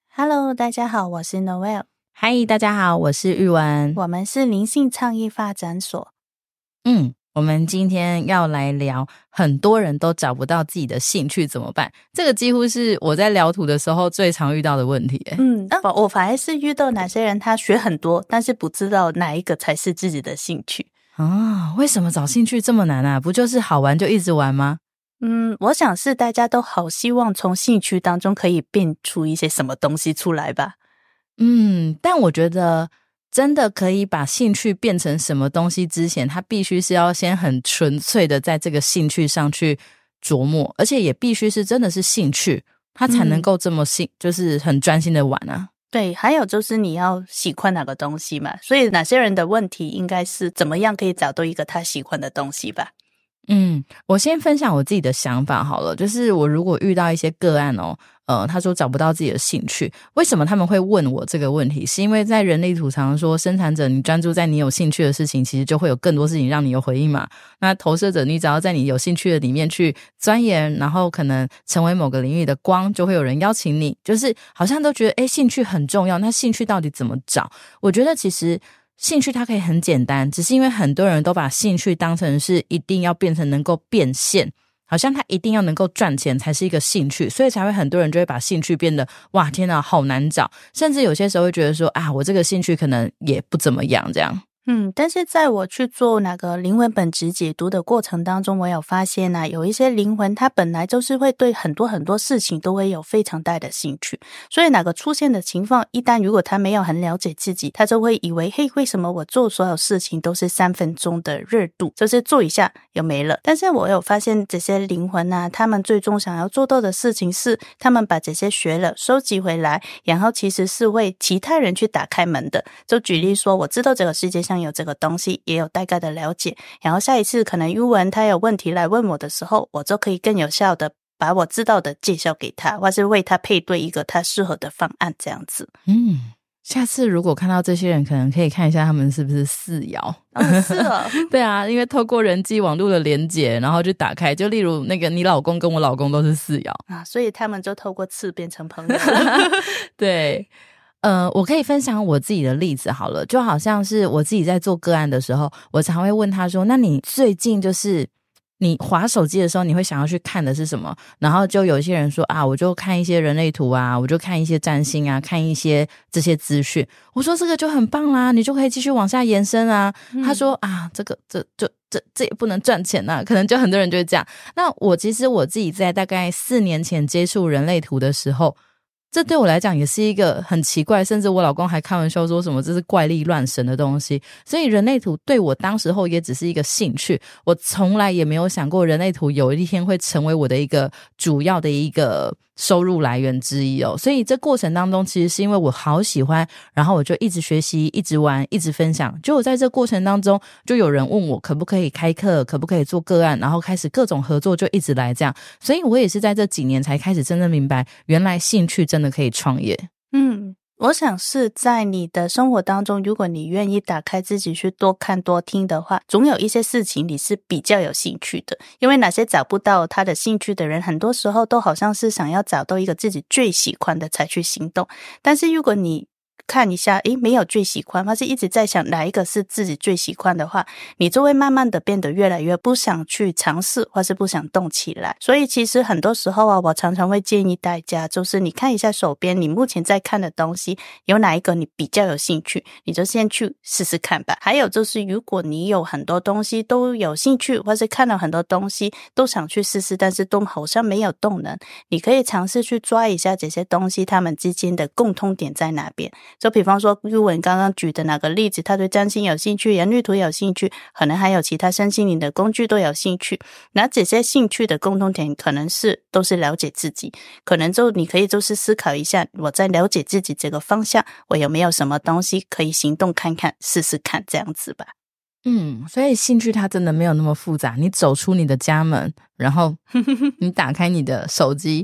Hello， 大家好，我是 Noelle。 嗨，大家好，我是玉文。 我们是灵性倡议发展所。 我们今天要来聊很多人都找不到自己的兴趣怎么办，这个几乎是我在聊图的时候最常遇到的问题。 我反而是遇到哪些人他学很多，但是不知道哪一个才是自己的兴趣啊？为什么找兴趣这么难啊？不就是好玩就一直玩吗？ 我想是大家都好希望从兴趣当中可以变出一些什么东西出来吧。 但我觉得真的可以把兴趣变成什么东西之前，他必须是要先很纯粹的在这个兴趣上去琢磨，而且也必须是真的是兴趣，他才能够这么就是很专心的玩啊。 对，还有就是你要喜欢哪个东西嘛，所以哪些人的问题应该是怎么样可以找到一个他喜欢的东西吧。 我先分享我自己的想法好了，就是我如果遇到一些个案他说找不到自己的兴趣，为什么他们会问我这个问题？是因为在人类图常说，生产者你专注在你有兴趣的事情，其实就会有更多事情让你有回应嘛。那投射者你只要在你有兴趣的里面去钻研，然后可能成为某个领域的光，就会有人邀请你，就是好像都觉得兴趣很重要。那兴趣到底怎么找？我觉得其实兴趣它可以很简单，只是因为很多人都把兴趣当成是一定要变成能够变现，好像它一定要能够赚钱才是一个兴趣，所以才会很多人就会把兴趣变得哇天哪好难找，甚至有些时候会觉得说我这个兴趣可能也不怎么样这样。 但是在我去做那个灵魂本质解读的过程当中，我有发现有一些灵魂它本来就是会对很多很多事情都会有非常大的兴趣，所以哪个出现的情况，一旦如果他没有很了解自己，他就会以为为什么我做所有事情都是3分钟的热度，就是做一下又没了。但是我有发现这些灵魂他们最终想要做到的事情是，他们把这些学了收集回来，然后其实是为其他人去打开门的。就举例说，我知道这个世界上有这个东西，也有大概的了解，然后下一次可能玉文他有问题来问我的时候，我就可以更有效的把我知道的介绍给他，或是为他配对一个他适合的方案这样子。 下次如果看到这些人，可能可以看一下他们是不是四爻。 是哦对啊，因为透过人际网络的连结，然后去打开，就例如那个你老公跟我老公都是四爻所以他们就透过刺变成朋友对，我可以分享我自己的例子好了，就好像是我自己在做个案的时候，我常会问他说，那你最近就是你滑手机的时候，你会想要去看的是什么？然后就有一些人说我就看一些人类图啊，我就看一些占星啊，看一些这些资讯。我说这个就很棒啦，你就可以继续往下延伸啊。他说这也不能赚钱啊，可能就很多人就会这样。那其实我自己在大概4年前接触人类图的时候，这对我来讲也是一个很奇怪，甚至我老公还开玩笑说什么这是怪力乱神的东西。所以人类图对我当时候也只是一个兴趣，我从来也没有想过人类图有一天会成为我的一个主要的一个收入来源之一所以这过程当中其实是因为我好喜欢，然后我就一直学习，一直玩，一直分享。就我在这过程当中，就有人问我可不可以开课，可不可以做个案，然后开始各种合作，就一直来这样。所以我也是在这几年才开始真正明白，原来兴趣真的可以创业。 我想是在你的生活当中，如果你愿意打开自己去多看多听的话，总有一些事情你是比较有兴趣的。因为哪些找不到他的兴趣的人，很多时候都好像是想要找到一个自己最喜欢的才去行动。但是如果你看一下没有最喜欢，或是一直在想哪一个是自己最喜欢的话，你就会慢慢的变得越来越不想去尝试，或是不想动起来。所以其实很多时候我常常会建议大家，就是你看一下手边你目前在看的东西，有哪一个你比较有兴趣，你就先去试试看吧。还有就是如果你有很多东西都有兴趣，或是看到很多东西都想去试试，但是都好像没有动能，你可以尝试去抓一下这些东西它们之间的共通点在哪边。就比方说玉文刚刚举的那个例子，他对占星有兴趣，人类图有兴趣，可能还有其他身心灵的工具都有兴趣。那这些兴趣的共同点可能都是了解自己，可能你可以就是思考一下，我在了解自己这个方向，我有没有什么东西可以行动看看，试试看这样子吧。 所以兴趣它真的没有那么复杂，你走出你的家门，然后你打开你的手机，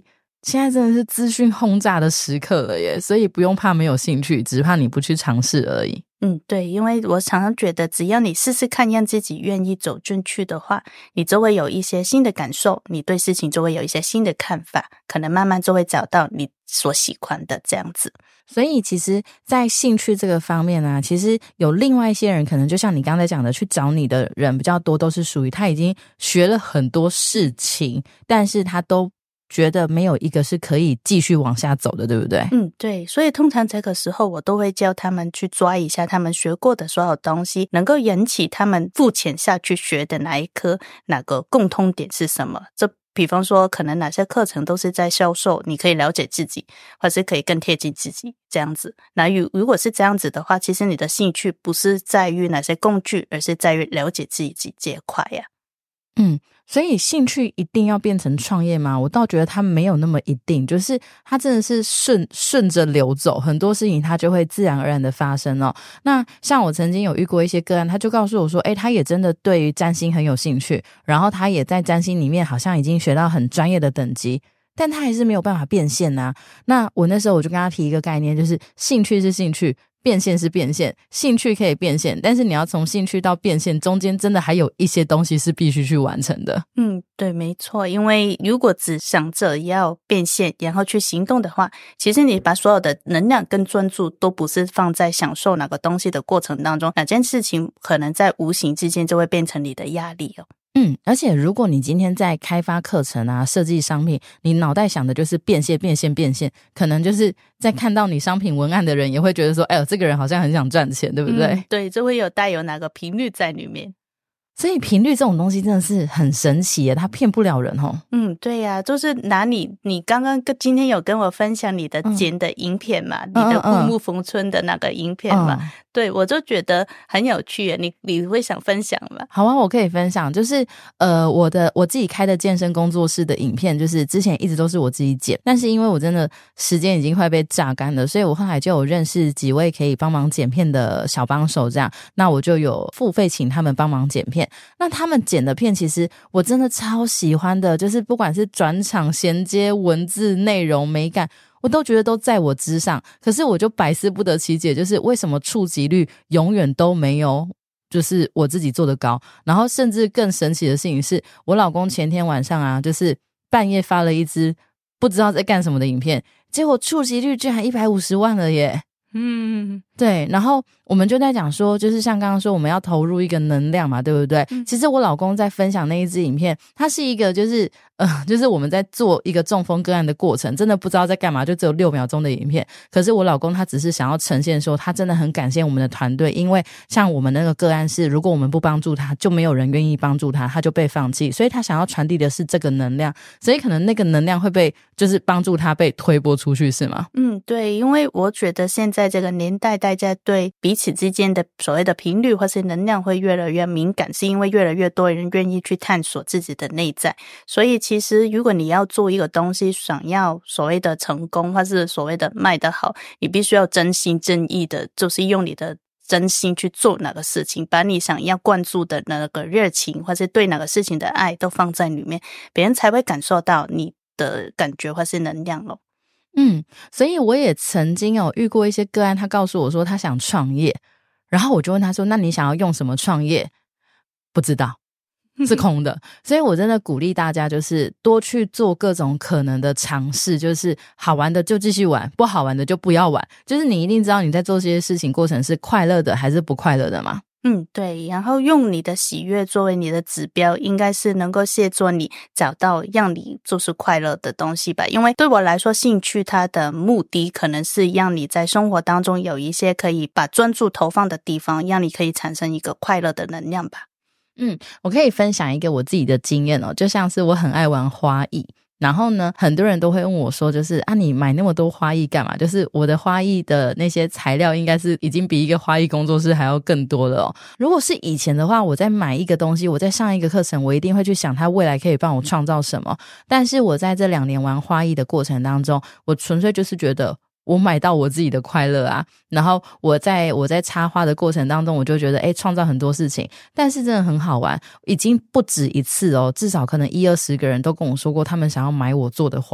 现在真的是资讯轰炸的时刻了耶，所以不用怕没有兴趣，只怕你不去尝试而已。 对，因为我常常觉得只要你试试看，让自己愿意走进去的话，你就会有一些新的感受，你对事情就会有一些新的看法，可能慢慢就会找到你所喜欢的这样子。 所以其实在兴趣这个方面啊，其实有另外一些人可能就像你刚才讲的，去找你的人比较多，都是属于他已经学了很多事情，但是他都觉得没有一个是可以继续往下走的，对不对？ 对，所以通常这个时候我都会教他们去抓一下他们学过的所有东西，能够引起他们付钱下去学的哪一科，哪个共通点是什么。这比方说可能哪些课程都是在销售你可以了解自己，或是可以更贴近自己这样子。那如果是这样子的话，其实你的兴趣不是在于哪些工具，而是在于了解自己这一块呀。 所以兴趣一定要变成创业吗？我倒觉得它没有那么一定，就是它真的是顺着流走，很多事情它就会自然而然的发生哦。那像我曾经有遇过一些个案，他就告诉我说他也真的对于占星很有兴趣，然后他也在占星里面好像已经学到很专业的等级，但他还是没有办法变现啊。那我那时候我就跟他提一个概念，就是兴趣是兴趣，变现是变现，兴趣可以变现，但是你要从兴趣到变现中间真的还有一些东西是必须去完成的。 对，没错，因为如果只想着要变现然后去行动的话，其实你把所有的能量跟专注都不是放在享受哪个东西的过程当中，哪件事情可能在无形之间就会变成你的压力哦。 而且如果你今天在开发课程啊，设计商品，你脑袋想的就是变现，可能就是在看到你商品文案的人也会觉得说，这个人好像很想赚钱，对不对？ 对，就会带有哪个频率在里面。 所以频率这种东西真的是很神奇耶，它骗不了人哦。 对呀，就是拿你刚刚今天有跟我分享你的剪的影片嘛，你的枯木逢春的那个影片嘛，对，我就觉得很有趣耶，你会想分享吗？ 好啊，我可以分享，就是我自己开的健身工作室的影片，就是之前一直都是我自己剪，但是因为我真的时间已经快被榨干了，所以我后来就有认识几位可以帮忙剪片的小帮手，这样，那我就有付费请他们帮忙剪片。那他们剪的片其实我真的超喜欢的，就是不管是转场、衔接、文字、内容、美感，我都觉得都在我之上。可是我就百思不得其解，就是为什么触及率永远都没有就是我自己做的高。然后甚至更神奇的事情是，我老公前天晚上啊，就是半夜发了一支不知道在干什么的影片，结果触及率居然150万了耶。对，然后我们就在讲说，就是像刚刚说我们要投入一个能量嘛，对不对？其实我老公在分享那一支影片，它是一个就是我们在做一个中风个案的过程，真的不知道在干嘛，就只有6秒钟的影片。可是我老公他只是想要呈现说，他真的很感谢我们的团队，因为像我们那个个案是，如果我们不帮助他，就没有人愿意帮助他，他就被放弃，所以他想要传递的是这个能量，所以可能那个能量会被就是帮助他被推播出去，是吗？ 对，因为我觉得现在这个年代，大家对彼此之间的所谓的频率或是能量会越来越敏感，是因为越来越多人愿意去探索自己的内在。所以其实如果你要做一个东西，想要所谓的成功或是所谓的卖得好，你必须要真心真意的，就是用你的真心去做哪个事情，把你想要灌注的那个热情或是对哪个事情的爱都放在里面，别人才会感受到你的感觉或是能量咯。 所以我也曾经有遇过一些个案，他告诉我说他想创业，然后我就问他说，那你想要用什么创业？不知道，是空的。所以我真的鼓励大家就是多去做各种可能的尝试，就是好玩的就继续玩，不好玩的就不要玩，就是你一定知道你在做这些事情过程是快乐的还是不快乐的嘛。 对，然后用你的喜悦作为你的指标，应该是能够协助你找到让你就是快乐的东西吧。因为对我来说，兴趣它的目的可能是让你在生活当中有一些可以把专注投放的地方，让你可以产生一个快乐的能量吧。 我可以分享一个我自己的经验哦，就像是我很爱玩花艺，然后呢，很多人都会问我说，就是你买那么多花艺干嘛？就是我的花艺的那些材料应该是已经比一个花艺工作室还要更多了哦。如果是以前的话，我在买一个东西，我在上一个课程，我一定会去想它未来可以帮我创造什么。但是我在这2年玩花艺的过程当中，我纯粹就是觉得我买到我自己的快乐啊，然后我在插花的过程当中，我就觉得创造很多事情，但是真的很好玩，已经不止一次哦，至少可能10-20个人都跟我说过他们想要买我做的花，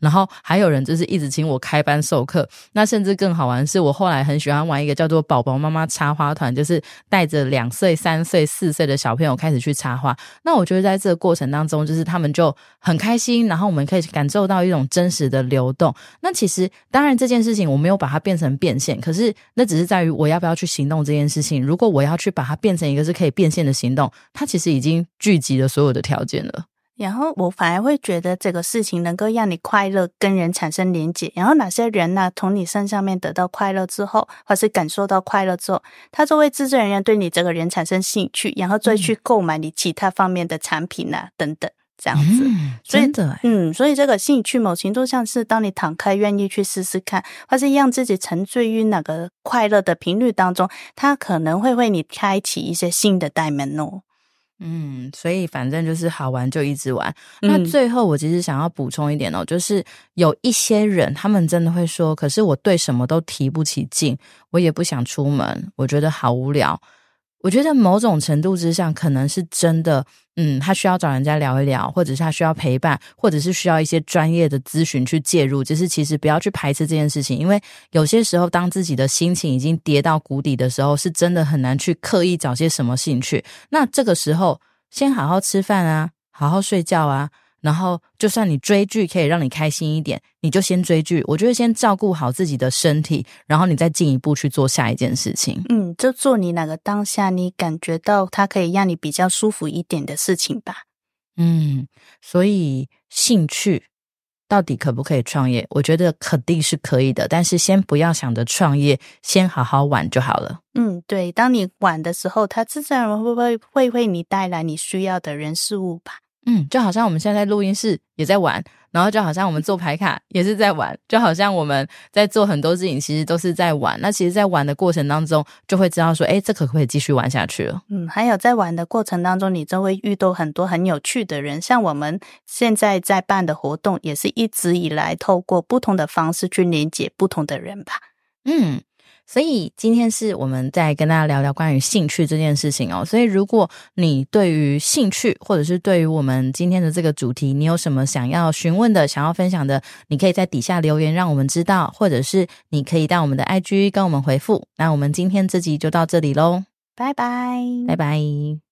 然后还有人就是一直请我开班授课。那甚至更好玩的是，我后来很喜欢玩一个叫做宝宝妈妈插花团，就是带着2岁、3岁、4岁的小朋友开始去插花。那我觉得在这个过程当中，就是他们就很开心，然后我们可以感受到一种真实的流动。那其实当然这件事情我没有把它变成变现，可是那只是在于我要不要去行动这件事情。如果我要去把它变成一个是可以变现的行动，它其实已经聚集了所有的条件了。 然后我反而会觉得这个事情能够让你快乐，跟人产生连结，然后哪些人呢，从你身上面得到快乐之后，或是感受到快乐之后，他就会自然而然对你这个人产生兴趣，然后再去购买你其他方面的产品啊等等这样子。 真的所以这个兴趣某程度上是当你敞开愿意去试试看，或是让自己沉醉于那个快乐的频率当中，它可能会为你开启一些新的大门哦。 所以反正就是好玩就一直玩。那最后我其实想要补充一点哦，就是有一些人他们真的会说，可是我对什么都提不起劲，我也不想出门，我觉得好无聊。我觉得某种程度之上可能是真的他需要找人家聊一聊，或者是他需要陪伴，或者是需要一些专业的咨询去介入。就是其实不要去排斥这件事情，因为有些时候当自己的心情已经跌到谷底的时候，是真的很难去刻意找些什么兴趣。那这个时候先好好吃饭啊，好好睡觉啊，然后就算你追剧可以让你开心一点，你就先追剧。我觉得先照顾好自己的身体，然后你再进一步去做下一件事情。 就做你哪个当下你感觉到它可以让你比较舒服一点的事情吧。 所以兴趣到底可不可以创业？我觉得肯定是可以的，但是先不要想着创业，先好好玩就好了。 对，当你玩的时候，它自然会为你带来你需要的人事物吧。 就好像我们现在录音室也在玩，然后就好像我们做牌卡也是在玩，就好像我们在做很多事情其实都是在玩。那其实在玩的过程当中就会知道说这可不可以继续玩下去了。 还有在玩的过程当中，你就会遇到很多很有趣的人，像我们现在在办的活动也是一直以来透过不同的方式去连接不同的人吧。 所以今天是我们在跟大家聊聊关于兴趣这件事情哦。所以如果你对于兴趣，或者是对于我们今天的这个主题，你有什么想要询问的，想要分享的，你可以在底下留言让我们知道，或者是你可以到我们的 IG 跟我们回复。那我们今天这集就到这里咯， 拜拜。 拜拜。